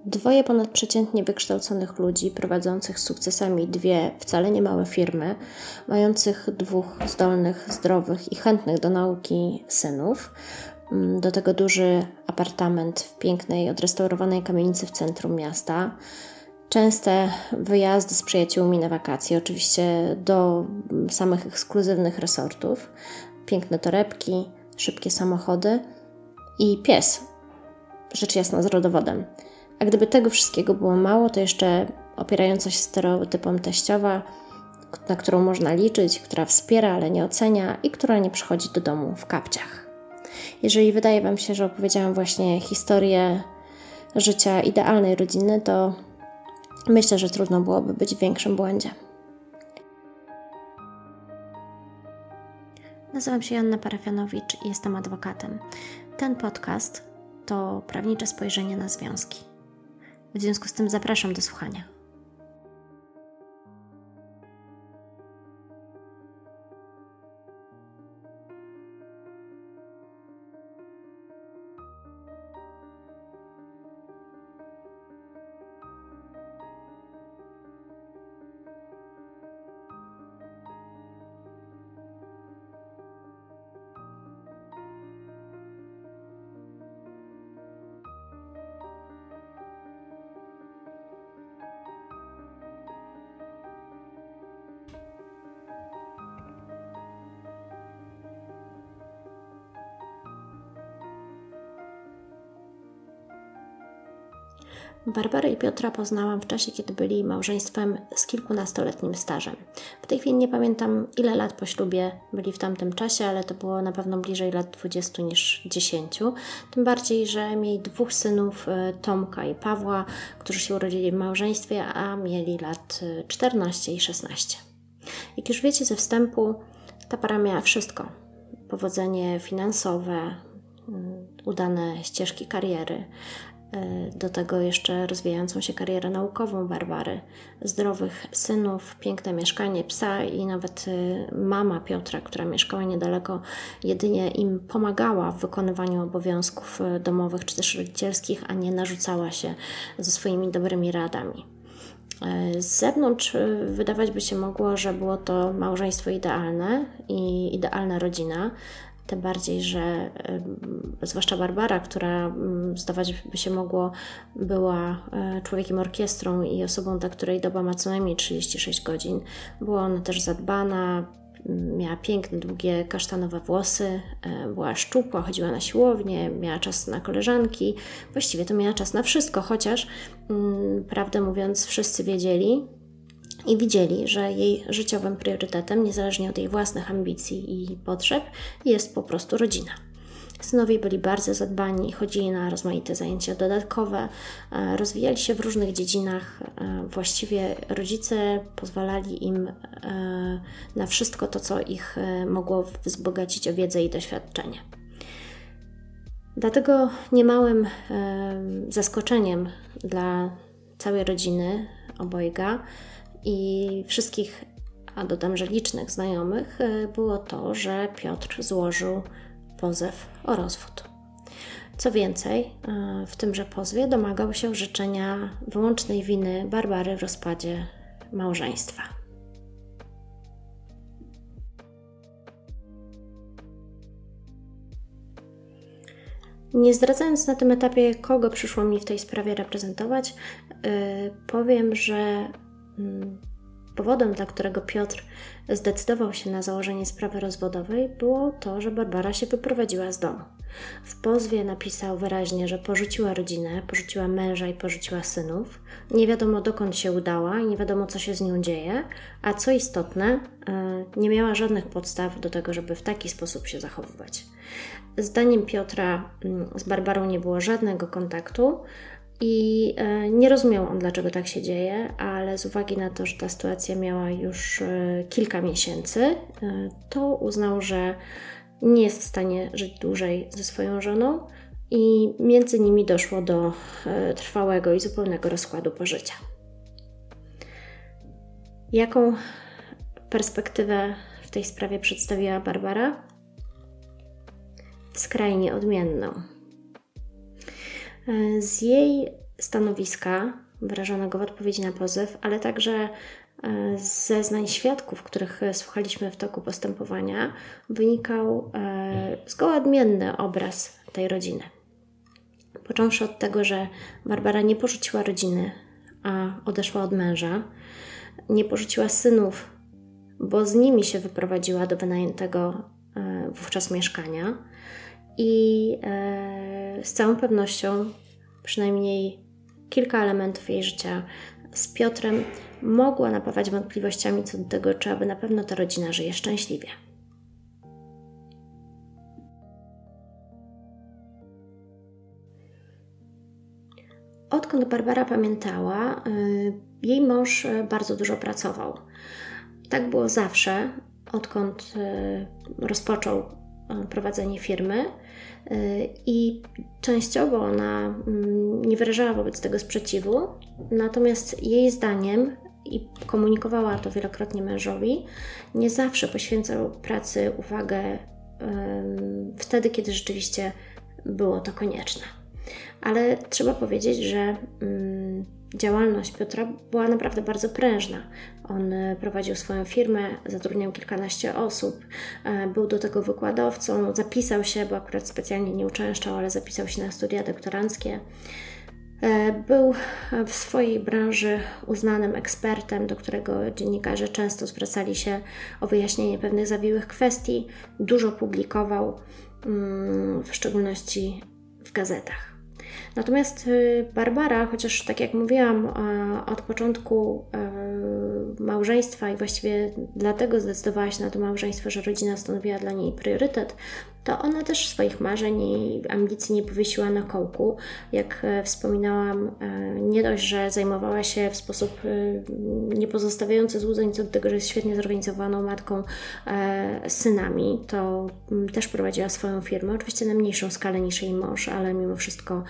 Dwoje ponadprzeciętnie wykształconych ludzi, prowadzących z sukcesami dwie wcale nie małe firmy, mających dwóch zdolnych, zdrowych i chętnych do nauki synów, do tego duży apartament w pięknej, odrestaurowanej kamienicy w centrum miasta, częste wyjazdy z przyjaciółmi na wakacje, oczywiście do samych ekskluzywnych resortów, piękne torebki, szybkie samochody i pies, rzecz jasna z rodowodem. A gdyby tego wszystkiego było mało, to jeszcze opierająca się stereotypom teściowa, na którą można liczyć, która wspiera, ale nie ocenia i która nie przychodzi do domu w kapciach. Jeżeli wydaje Wam się, że opowiedziałam właśnie historię życia idealnej rodziny, to myślę, że trudno byłoby być w większym błędzie. Nazywam się Joanna Parafianowicz i jestem adwokatem. Ten podcast to prawnicze spojrzenie na związki. W związku z tym zapraszam do słuchania. Barbarę i Piotra poznałam w czasie, kiedy byli małżeństwem z kilkunastoletnim stażem. W tej chwili nie pamiętam, ile lat po ślubie byli w tamtym czasie, ale to było na pewno bliżej lat 20 niż 10. Tym bardziej, że mieli dwóch synów, Tomka i Pawła, którzy się urodzili w małżeństwie, a mieli lat 14 i 16. Jak już wiecie ze wstępu, ta para miała wszystko. Powodzenie finansowe, udane ścieżki kariery, do tego jeszcze rozwijającą się karierę naukową Barbary, zdrowych synów, piękne mieszkanie, psa i nawet mama Piotra, która mieszkała niedaleko, jedynie im pomagała w wykonywaniu obowiązków domowych czy też rodzicielskich, a nie narzucała się ze swoimi dobrymi radami. Z zewnątrz wydawać by się mogło, że było to małżeństwo idealne i idealna rodzina. Tym bardziej, że zwłaszcza Barbara, która zdawać by się mogło była człowiekiem orkiestrą i osobą, dla której doba ma co najmniej 36 godzin. Była ona też zadbana, miała piękne, długie, kasztanowe włosy, była szczupła, chodziła na siłownię, miała czas na koleżanki. Właściwie to miała czas na wszystko, chociaż prawdę mówiąc wszyscy wiedzieli i widzieli, że jej życiowym priorytetem, niezależnie od jej własnych ambicji i potrzeb, jest po prostu rodzina. Synowie byli bardzo zadbani, chodzili na rozmaite zajęcia dodatkowe, rozwijali się w różnych dziedzinach. Właściwie rodzice pozwalali im na wszystko to, co ich mogło wzbogacić o wiedzę i doświadczenie. Dlatego niemałym zaskoczeniem dla całej rodziny obojga i wszystkich, a dodam, że licznych znajomych, było to, że Piotr złożył pozew o rozwód. Co więcej, w tymże pozwie domagał się orzeczenia wyłącznej winy Barbary w rozpadzie małżeństwa. Nie zdradzając na tym etapie, kogo przyszło mi w tej sprawie reprezentować, powiem, że powodem, dla którego Piotr zdecydował się na założenie sprawy rozwodowej, było to, że Barbara się wyprowadziła z domu. W pozwie napisał wyraźnie, że porzuciła rodzinę, porzuciła męża i porzuciła synów. Nie wiadomo, dokąd się udała i nie wiadomo, co się z nią dzieje, a co istotne, nie miała żadnych podstaw do tego, żeby w taki sposób się zachowywać. Zdaniem Piotra z Barbarą nie było żadnego kontaktu i nie rozumiał on, dlaczego tak się dzieje, ale z uwagi na to, że ta sytuacja miała już kilka miesięcy, to uznał, że nie jest w stanie żyć dłużej ze swoją żoną i między nimi doszło do trwałego i zupełnego rozkładu pożycia. Jaką perspektywę w tej sprawie przedstawiła Barbara? Skrajnie odmienną. Z jej stanowiska wyrażonego w odpowiedzi na pozew, ale także z zeznań świadków, których słuchaliśmy w toku postępowania, wynikał zgoła odmienny obraz tej rodziny. Począwszy od tego, że Barbara nie porzuciła rodziny, a odeszła od męża, nie porzuciła synów, bo z nimi się wyprowadziła do wynajętego wówczas mieszkania i z całą pewnością przynajmniej kilka elementów jej życia z Piotrem mogła napawać wątpliwościami co do tego, czy aby na pewno ta rodzina żyje szczęśliwie. Odkąd Barbara pamiętała, jej mąż bardzo dużo pracował. Tak było zawsze, odkąd rozpoczął prowadzenie firmy i częściowo ona nie wyrażała wobec tego sprzeciwu, natomiast jej zdaniem, i komunikowała to wielokrotnie mężowi, nie zawsze poświęcał pracy uwagę wtedy, kiedy rzeczywiście było to konieczne. Ale trzeba powiedzieć, że działalność Piotra była naprawdę bardzo prężna. On prowadził swoją firmę, zatrudniał kilkanaście osób, był do tego wykładowcą, zapisał się, bo akurat specjalnie nie uczęszczał, ale zapisał się na studia doktoranckie. Był w swojej branży uznanym ekspertem, do którego dziennikarze często zwracali się o wyjaśnienie pewnych zawiłych kwestii. Dużo publikował, w szczególności w gazetach. Natomiast Barbara, chociaż tak jak mówiłam, od początku małżeństwa i właściwie dlatego zdecydowała się na to małżeństwo, że rodzina stanowiła dla niej priorytet, to ona też swoich marzeń i ambicji nie powiesiła na kołku. Jak wspominałam, nie dość, że zajmowała się w sposób nie pozostawiający złudzeń co do tego, że jest świetnie zorganizowaną matką synami, to też prowadziła swoją firmę, oczywiście na mniejszą skalę niż jej mąż, ale mimo wszystko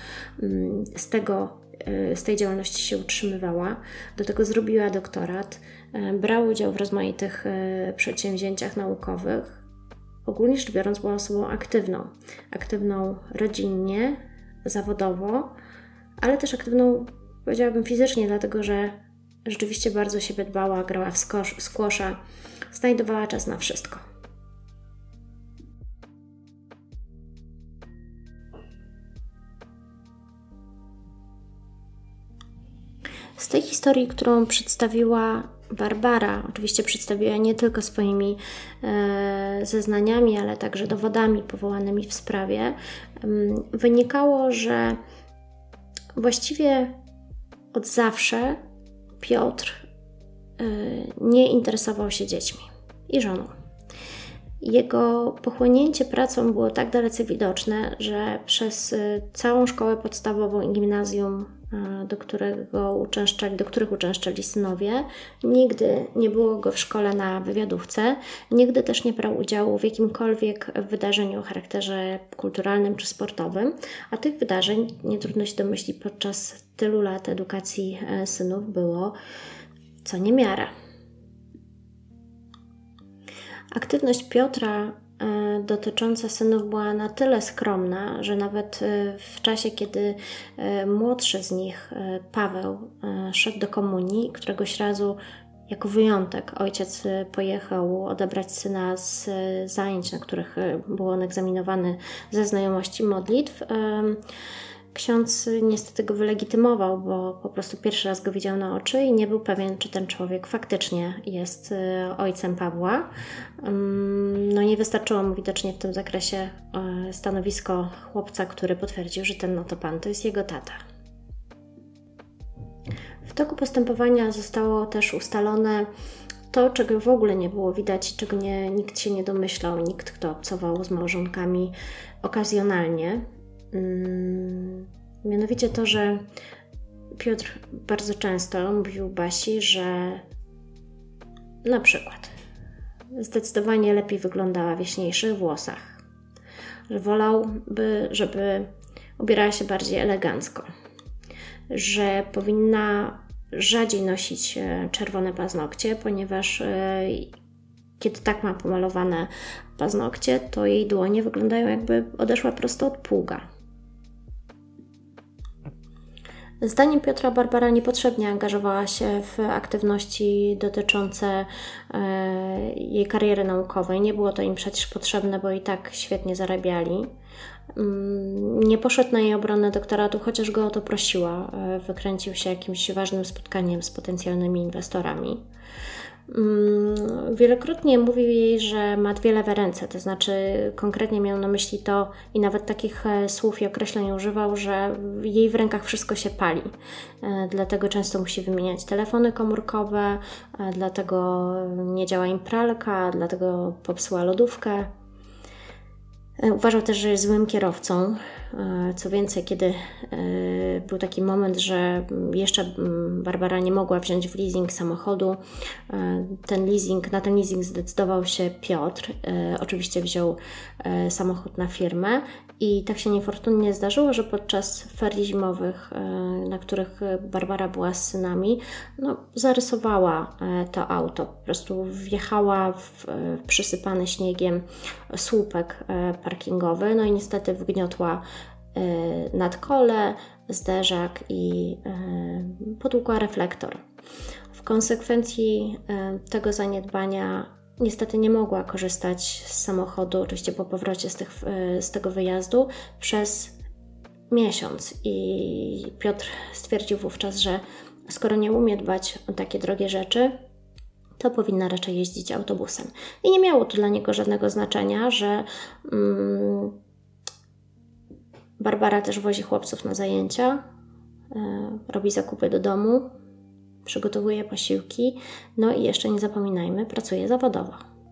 z tej działalności się utrzymywała. Do tego zrobiła doktorat, brała udział w rozmaitych przedsięwzięciach naukowych. Ogólnie rzecz biorąc, była osobą aktywną rodzinnie, zawodowo, ale też aktywną, powiedziałabym, fizycznie, dlatego że rzeczywiście bardzo siebie dbała, grała w squasha, znajdowała czas na wszystko. Z tej historii, którą przedstawiła Barbara, oczywiście przedstawiła nie tylko swoimi zeznaniami, ale także dowodami powołanymi w sprawie, wynikało, że właściwie od zawsze Piotr nie interesował się dziećmi i żoną. Jego pochłonięcie pracą było tak dalece widoczne, że przez całą szkołę podstawową i gimnazjum, do których uczęszczali synowie, nigdy nie było go w szkole na wywiadówce, nigdy też nie brał udziału w jakimkolwiek wydarzeniu o charakterze kulturalnym czy sportowym, a tych wydarzeń, nie trudno się domyślić, podczas tylu lat edukacji synów było co niemiara. Aktywność Piotra dotycząca synów była na tyle skromna, że nawet w czasie, kiedy młodszy z nich, Paweł, szedł do komunii, któregoś razu jako wyjątek ojciec pojechał odebrać syna z zajęć, na których był on egzaminowany ze znajomości modlitw. Ksiądz niestety go wylegitymował, bo po prostu pierwszy raz go widział na oczy i nie był pewien, czy ten człowiek faktycznie jest ojcem Pawła. No nie wystarczyło mu widocznie w tym zakresie stanowisko chłopca, który potwierdził, że ten oto pan to jest jego tata. W toku postępowania zostało też ustalone to, czego w ogóle nie było widać, czego nikt się nie domyślał, nikt, kto obcował z małżonkami okazjonalnie. Mianowicie to, że Piotr bardzo często mówił Basi, że na przykład zdecydowanie lepiej wyglądała w jaśniejszych włosach, że wolałby, żeby ubierała się bardziej elegancko, że powinna rzadziej nosić czerwone paznokcie, ponieważ kiedy tak ma pomalowane paznokcie, to jej dłonie wyglądają, jakby odeszła prosto od pługa. Zdaniem Piotra Barbara niepotrzebnie angażowała się w aktywności dotyczące jej kariery naukowej. Nie było to im przecież potrzebne, bo i tak świetnie zarabiali. Nie poszedł na jej obronę doktoratu, chociaż go o to prosiła. Wykręcił się jakimś ważnym spotkaniem z potencjalnymi inwestorami. Wielokrotnie mówił jej, że ma dwie lewe ręce, to znaczy konkretnie miał na myśli to i nawet takich słów i określeń używał, że jej w rękach wszystko się pali. Dlatego często musi wymieniać telefony komórkowe, dlatego nie działa im pralka, dlatego popsuła lodówkę. Uważał też, że jest złym kierowcą. Co więcej, kiedy był taki moment, że jeszcze Barbara nie mogła wziąć w leasing samochodu, na ten leasing zdecydował się Piotr. Oczywiście wziął samochód na firmę i tak się niefortunnie zdarzyło, że podczas ferii zimowych, na których Barbara była z synami, zarysowała to auto. Po prostu wjechała w przysypany śniegiem słupek parkingowy, i niestety wgniotła nadkole, zderzak i potłukła reflektor. W konsekwencji tego zaniedbania niestety nie mogła korzystać z samochodu, oczywiście po powrocie z tego wyjazdu, przez miesiąc. I Piotr stwierdził wówczas, że skoro nie umie dbać o takie drogie rzeczy, to powinna raczej jeździć autobusem. I nie miało to dla niego żadnego znaczenia, że Barbara też wozi chłopców na zajęcia, robi zakupy do domu, przygotowuje posiłki, i jeszcze nie zapominajmy, pracuje zawodowo.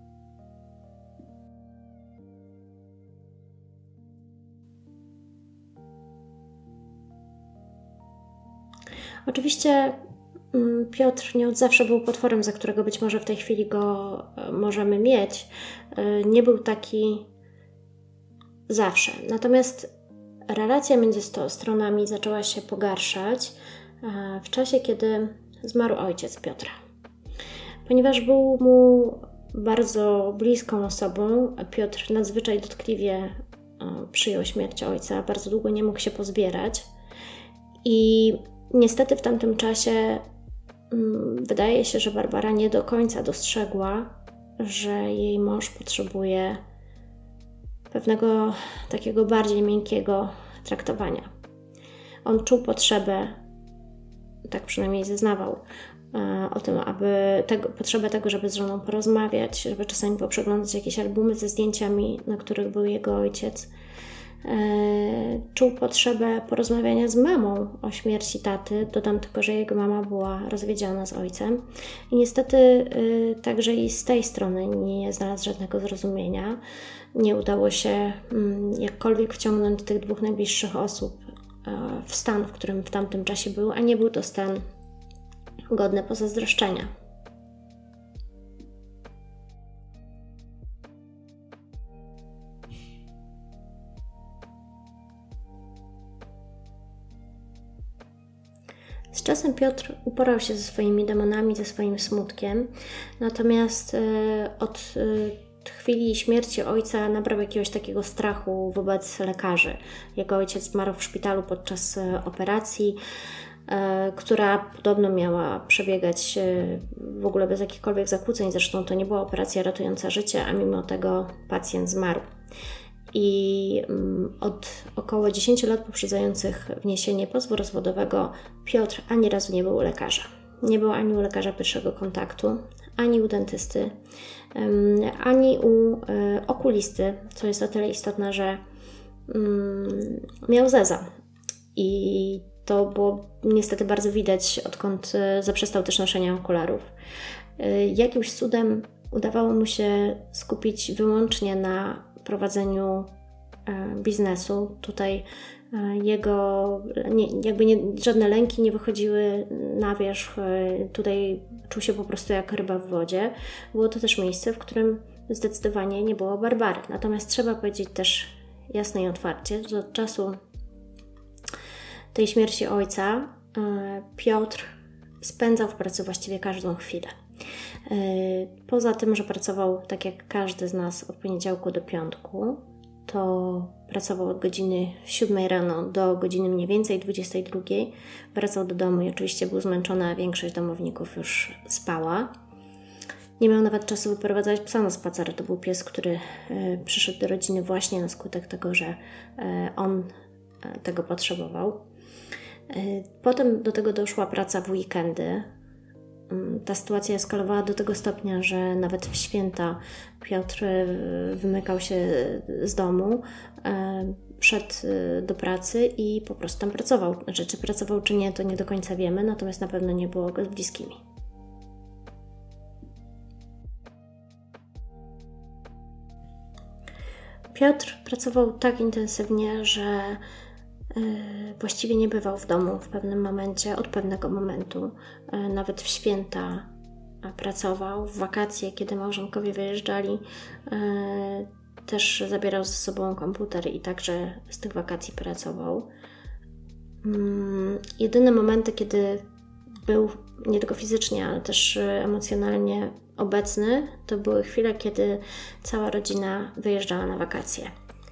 Oczywiście Piotr nie od zawsze był potworem, za którego być może w tej chwili go możemy mieć. Nie był taki zawsze. Natomiast relacja między stronami zaczęła się pogarszać w czasie, kiedy zmarł ojciec Piotra. Ponieważ był mu bardzo bliską osobą, Piotr nadzwyczaj dotkliwie przyjął śmierć ojca, bardzo długo nie mógł się pozbierać i niestety w tamtym czasie wydaje się, że Barbara nie do końca dostrzegła, że jej mąż potrzebuje pewnego takiego bardziej miękkiego traktowania. On czuł potrzebę, tak przynajmniej zeznawał, o tym, potrzebę tego, żeby z żoną porozmawiać, żeby czasami poprzeglądać jakieś albumy ze zdjęciami, na których był jego ojciec. Czuł potrzebę porozmawiania z mamą o śmierci taty. Dodam tylko, że jego mama była rozwiedziona z ojcem i niestety także i z tej strony nie znalazł żadnego zrozumienia. Nie udało się jakkolwiek wciągnąć tych dwóch najbliższych osób w stan, w którym w tamtym czasie był, a nie był to stan godny pozazdroszczenia. Z czasem Piotr uporał się ze swoimi demonami, ze swoim smutkiem, natomiast od chwili śmierci ojca nabrał jakiegoś takiego strachu wobec lekarzy. Jego ojciec zmarł w szpitalu podczas operacji, która podobno miała przebiegać w ogóle bez jakichkolwiek zakłóceń. Zresztą to nie była operacja ratująca życie, a mimo tego pacjent zmarł. I od około 10 lat poprzedzających wniesienie pozwu rozwodowego Piotr ani razu nie był u lekarza. Nie był ani u lekarza pierwszego kontaktu, ani u dentysty, ani u okulisty, co jest o tyle istotne, że miał zeza. I to było niestety bardzo widać, odkąd zaprzestał też noszenia okularów. Jakimś cudem udawało mu się skupić wyłącznie na prowadzeniu biznesu. Tutaj żadne lęki nie wychodziły na wierzch. Tutaj czuł się po prostu jak ryba w wodzie. Było to też miejsce, w którym zdecydowanie nie było Barbary. Natomiast trzeba powiedzieć też jasno i otwarcie, że od czasu tej śmierci ojca Piotr spędzał w pracy właściwie każdą chwilę. Poza tym, że pracował tak jak każdy z nas od poniedziałku do piątku, to pracował od godziny 7 rano do godziny mniej więcej 22. Wracał do domu i oczywiście był zmęczony, a większość domowników już spała. Nie miał nawet czasu wyprowadzać psa na spacer. To był pies, który przyszedł do rodziny właśnie na skutek tego, że on tego potrzebował. Potem do tego doszła praca w weekendy. Ta sytuacja eskalowała do tego stopnia, że nawet w święta Piotr wymykał się z domu, szedł do pracy i po prostu tam pracował. Znaczy, czy pracował, czy nie, to nie do końca wiemy, natomiast na pewno nie było go z bliskimi. Piotr pracował tak intensywnie, że właściwie nie bywał w domu w pewnym momencie, od pewnego momentu. Nawet w święta pracował, w wakacje, kiedy małżonkowie wyjeżdżali, też zabierał ze sobą komputer i także z tych wakacji pracował. Jedyne momenty, kiedy był nie tylko fizycznie, ale też emocjonalnie obecny, to były chwile, kiedy cała rodzina wyjeżdżała na wakacje.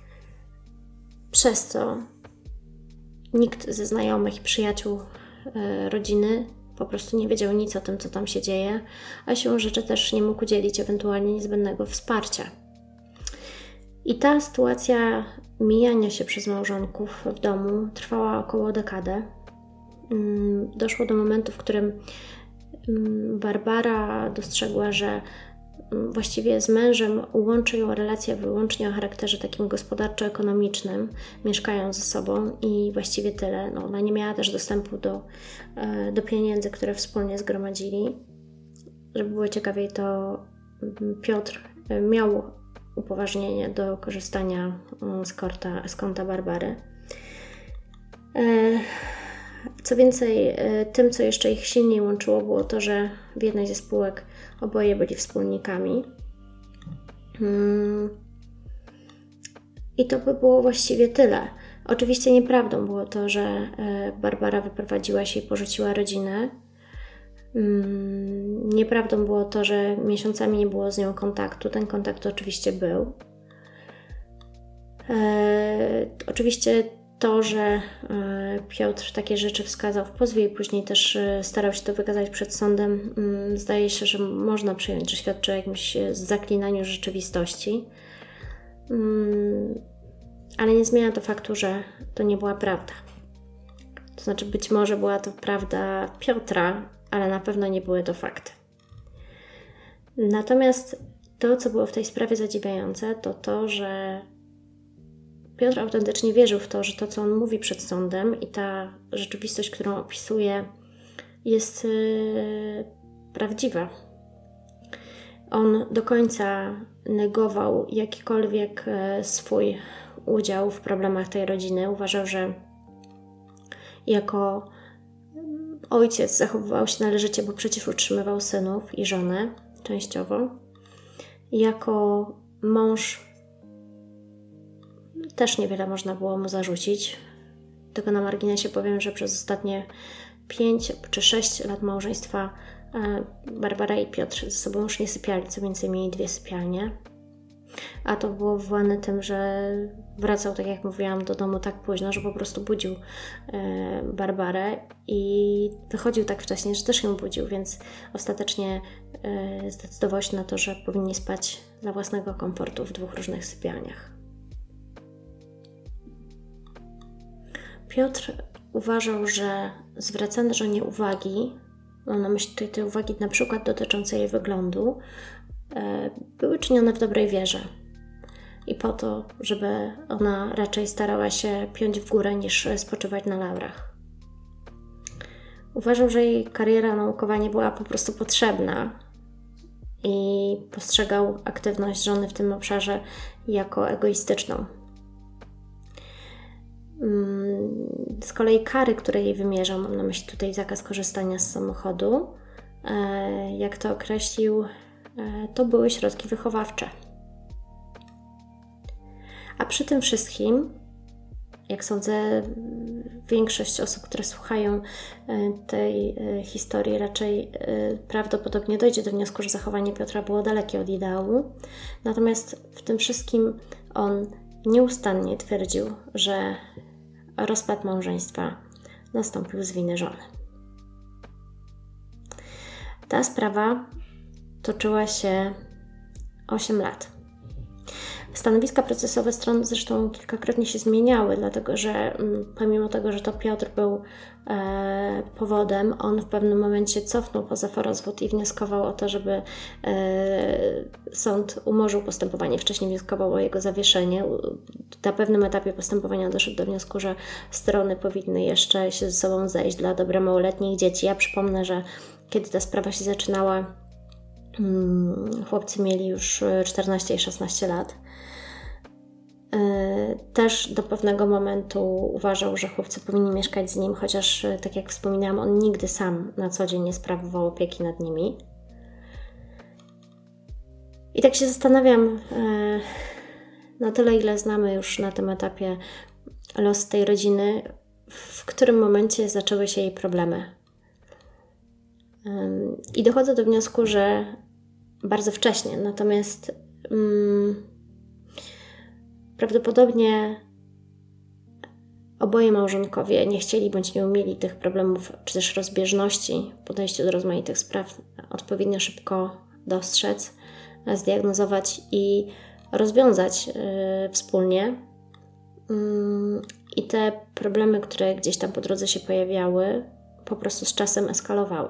Przez to nikt ze znajomych i przyjaciół rodziny po prostu nie wiedział nic o tym, co tam się dzieje, a siłą rzeczy też nie mógł udzielić ewentualnie niezbędnego wsparcia. I ta sytuacja mijania się przez małżonków w domu trwała około dekadę. Doszło do momentu, w którym Barbara dostrzegła, że właściwie z mężem łączy ją relacja wyłącznie o charakterze takim gospodarczo-ekonomicznym, mieszkają ze sobą i właściwie tyle. No, ona nie miała też dostępu do pieniędzy, które wspólnie zgromadzili. Żeby było ciekawiej, to Piotr miał upoważnienie do korzystania z konta Barbary. Co więcej, tym, co jeszcze ich silniej łączyło, było to, że w jednej ze spółek oboje byli wspólnikami. I to by było właściwie tyle. Oczywiście nieprawdą było to, że Barbara wyprowadziła się i porzuciła rodzinę. Nieprawdą było to, że miesiącami nie było z nią kontaktu. Ten kontakt oczywiście był. Oczywiście to, że Piotr takie rzeczy wskazał w pozwie i później też starał się to wykazać przed sądem, zdaje się, że można przyjąć, że świadczy o jakimś zaklinaniu rzeczywistości. Ale nie zmienia to faktu, że to nie była prawda. To znaczy, być może była to prawda Piotra, ale na pewno nie były to fakty. Natomiast to, co było w tej sprawie zadziwiające, to to, że Piotr autentycznie wierzył w to, że to, co on mówi przed sądem i ta rzeczywistość, którą opisuje, jest prawdziwa. On do końca negował jakikolwiek swój udział w problemach tej rodziny. Uważał, że jako ojciec zachowywał się należycie, bo przecież utrzymywał synów i żonę częściowo. Jako mąż też niewiele można było mu zarzucić. Tylko na marginesie powiem, że przez ostatnie 5 czy 6 lat małżeństwa Barbara i Piotr ze sobą już nie sypiali, co więcej mieli 2 sypialnie. A to było wywołane tym, że wracał, tak jak mówiłam, do domu tak późno, że po prostu budził Barbarę i wychodził tak wcześnie, że też ją budził, więc ostatecznie zdecydował się na to, że powinni spać dla własnego komfortu w 2 różnych sypialniach. Piotr uważał, że zwracane żonie uwagi, mam na myśli tutaj te uwagi na przykład dotyczące jej wyglądu, były czynione w dobrej wierze i po to, żeby ona raczej starała się piąć w górę niż spoczywać na laurach. Uważał, że jej kariera naukowa nie była po prostu potrzebna i postrzegał aktywność żony w tym obszarze jako egoistyczną. Z kolei kary, które jej wymierzał, mam na myśli tutaj zakaz korzystania z samochodu, jak to określił, to były środki wychowawcze. A przy tym wszystkim, jak sądzę, większość osób, które słuchają tej historii, raczej prawdopodobnie dojdzie do wniosku, że zachowanie Piotra było dalekie od ideału. Natomiast w tym wszystkim on nieustannie twierdził, że rozpad małżeństwa nastąpił z winy żony. Ta sprawa toczyła się 8 lat. Stanowiska procesowe stron zresztą kilkakrotnie się zmieniały, dlatego że pomimo tego, że to Piotr był powodem, on w pewnym momencie cofnął pozew o rozwód i wnioskował o to, żeby sąd umorzył postępowanie. Wcześniej wnioskował o jego zawieszenie. Na pewnym etapie postępowania doszedł do wniosku, że strony powinny jeszcze się ze sobą zejść dla dobra małoletnich dzieci. Ja przypomnę, że kiedy ta sprawa się zaczynała, chłopcy mieli już 14 i 16 lat. Też do pewnego momentu uważał, że chłopcy powinni mieszkać z nim, chociaż, tak jak wspominałam, on nigdy sam na co dzień nie sprawował opieki nad nimi. I tak się zastanawiam, na tyle, ile znamy już na tym etapie los tej rodziny, w którym momencie zaczęły się jej problemy. I dochodzę do wniosku, że bardzo wcześnie, natomiast prawdopodobnie oboje małżonkowie nie chcieli bądź nie umieli tych problemów, czy też rozbieżności w podejściu do rozmaitych spraw odpowiednio szybko dostrzec, zdiagnozować i rozwiązać wspólnie. I te problemy, które gdzieś tam po drodze się pojawiały, po prostu z czasem eskalowały.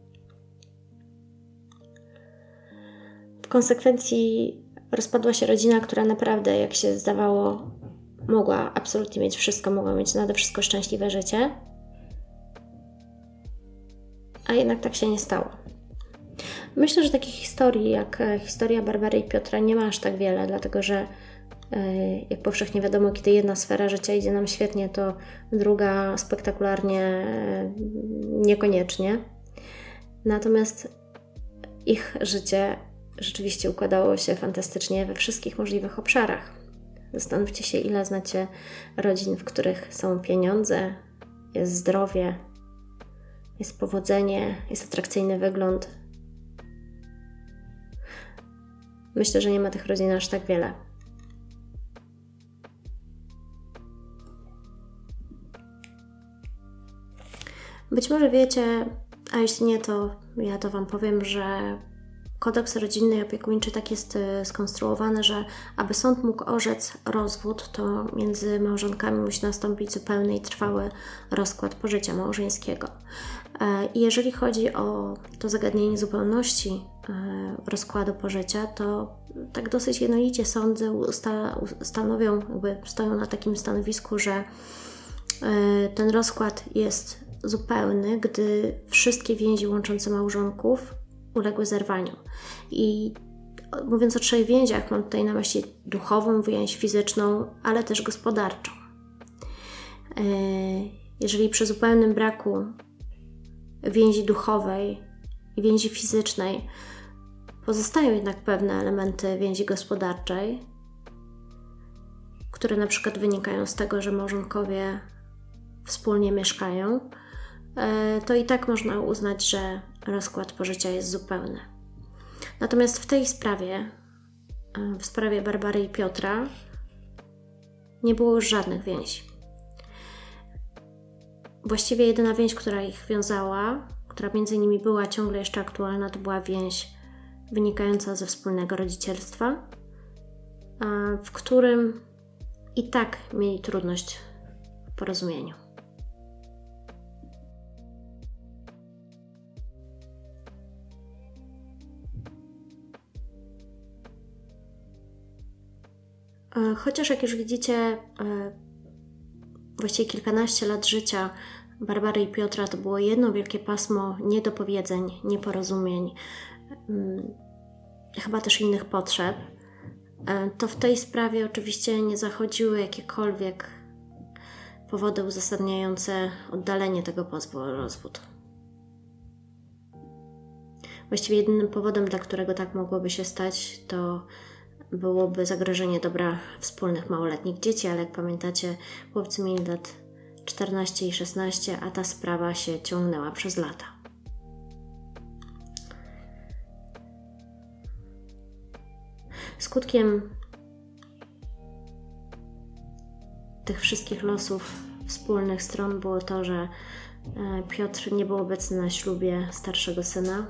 W konsekwencji rozpadła się rodzina, która naprawdę, jak się zdawało, mogła absolutnie mieć wszystko, mogła mieć nade wszystko szczęśliwe życie. A jednak tak się nie stało. Myślę, że takich historii jak historia Barbary i Piotra nie ma aż tak wiele, dlatego że jak powszechnie wiadomo, kiedy jedna sfera życia idzie nam świetnie, to druga spektakularnie niekoniecznie. Natomiast ich życie rzeczywiście układało się fantastycznie we wszystkich możliwych obszarach. Zastanówcie się, ile znacie rodzin, w których są pieniądze, jest zdrowie, jest powodzenie, jest atrakcyjny wygląd. Myślę, że nie ma tych rodzin aż tak wiele. Być może wiecie, a jeśli nie, to ja to Wam powiem, że kodeks rodzinny i opiekuńczy tak jest skonstruowany, że aby sąd mógł orzec rozwód, to między małżonkami musi nastąpić zupełny i trwały rozkład pożycia małżeńskiego. I jeżeli chodzi o to zagadnienie zupełności rozkładu pożycia, to tak dosyć jednolicie sądy stanowią, stoją na takim stanowisku, że ten rozkład jest zupełny, gdy wszystkie więzi łączące małżonków uległy zerwaniu. I mówiąc o 3 więziach, mam tutaj na myśli duchową więź, fizyczną, ale też gospodarczą. Jeżeli przy zupełnym braku więzi duchowej i więzi fizycznej pozostają jednak pewne elementy więzi gospodarczej, które na przykład wynikają z tego, że małżonkowie wspólnie mieszkają, to i tak można uznać, że rozkład pożycia jest zupełny. Natomiast w tej sprawie, w sprawie Barbary i Piotra, nie było już żadnych więzi. Właściwie jedyna więź, która ich wiązała, która między nimi była ciągle jeszcze aktualna, to była więź wynikająca ze wspólnego rodzicielstwa, w którym i tak mieli trudność w porozumieniu. Chociaż jak już widzicie, właściwie kilkanaście lat życia Barbary i Piotra to było jedno wielkie pasmo niedopowiedzeń, nieporozumień, chyba też innych potrzeb, to w tej sprawie oczywiście nie zachodziły jakiekolwiek powody uzasadniające oddalenie tego pozwu o rozwód. Właściwie jedynym powodem, dla którego tak mogłoby się stać, to byłoby zagrożenie dobra wspólnych małoletnich dzieci, ale jak pamiętacie, chłopcy mieli lat 14 i 16, a ta sprawa się ciągnęła przez lata. Skutkiem tych wszystkich losów wspólnych stron było to, że Piotr nie był obecny na ślubie starszego syna.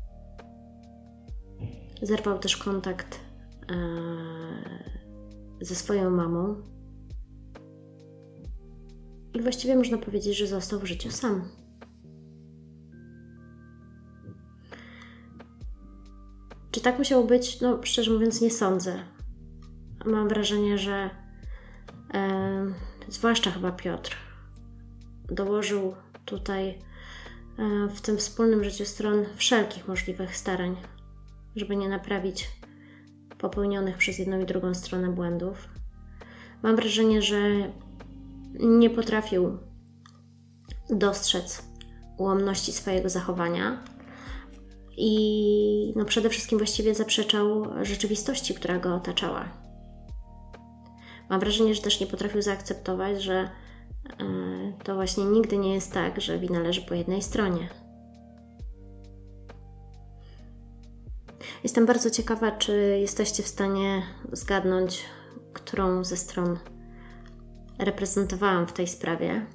Zerwał też kontakt ze swoją mamą. I właściwie można powiedzieć, że został w życiu sam. Czy tak musiało być? No, szczerze mówiąc, nie sądzę. Mam wrażenie, że zwłaszcza chyba Piotr dołożył tutaj w tym wspólnym życiu stron wszelkich możliwych starań, żeby nie naprawić popełnionych przez jedną i drugą stronę błędów. Mam wrażenie, że nie potrafił dostrzec ułomności swojego zachowania i przede wszystkim właściwie zaprzeczał rzeczywistości, która go otaczała. Mam wrażenie, że też nie potrafił zaakceptować, że to właśnie nigdy nie jest tak, że wina leży po jednej stronie. Jestem bardzo ciekawa, czy jesteście w stanie zgadnąć, którą ze stron reprezentowałam w tej sprawie.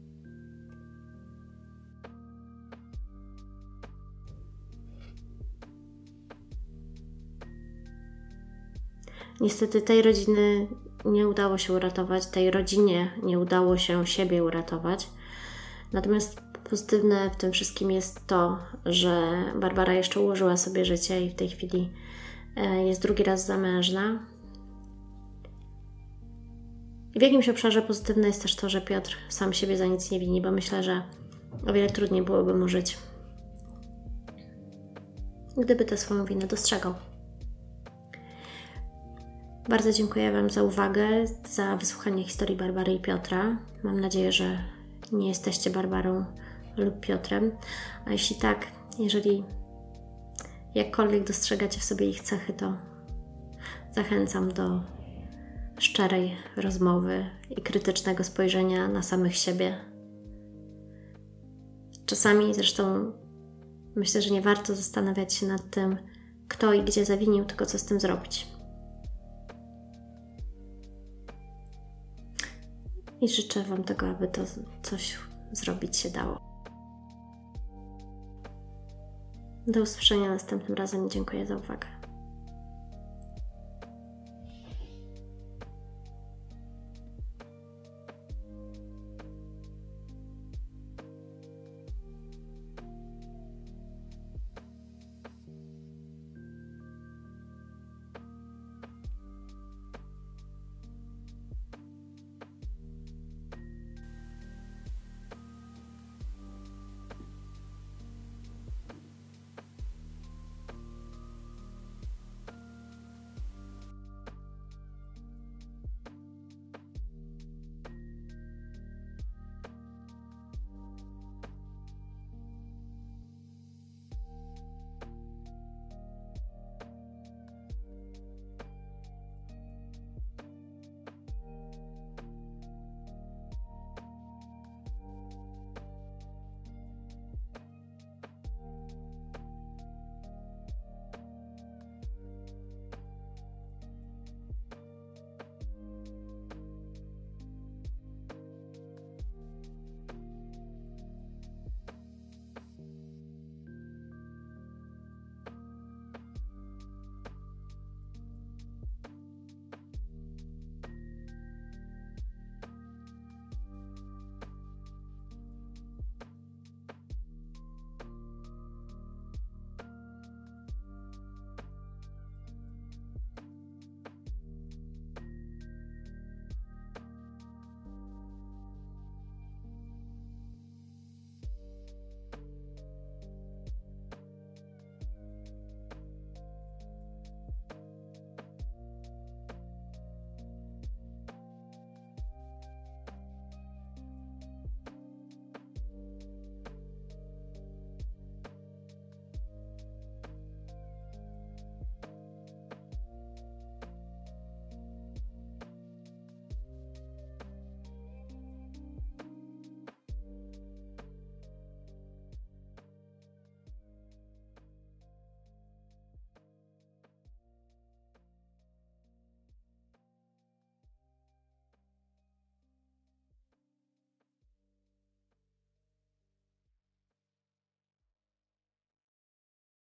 Niestety tej rodziny nie udało się uratować, tej rodzinie nie udało się siebie uratować. Natomiast pozytywne w tym wszystkim jest to, że Barbara jeszcze ułożyła sobie życie i w tej chwili jest drugi raz zamężna. I w jakimś obszarze pozytywne jest też to, że Piotr sam siebie za nic nie wini, bo myślę, że o wiele trudniej byłoby mu żyć, gdyby tę swoją winę dostrzegał. Bardzo dziękuję Wam za uwagę, za wysłuchanie historii Barbary i Piotra. Mam nadzieję, że nie jesteście Barbarą lub Piotrem. A jeśli tak, jeżeli jakkolwiek dostrzegacie w sobie ich cechy, to zachęcam do szczerej rozmowy i krytycznego spojrzenia na samych siebie. Czasami zresztą myślę, że nie warto zastanawiać się nad tym, kto i gdzie zawinił, tylko co z tym zrobić. I życzę Wam tego, aby to coś zrobić się dało. Do usłyszenia następnym razem i dziękuję za uwagę.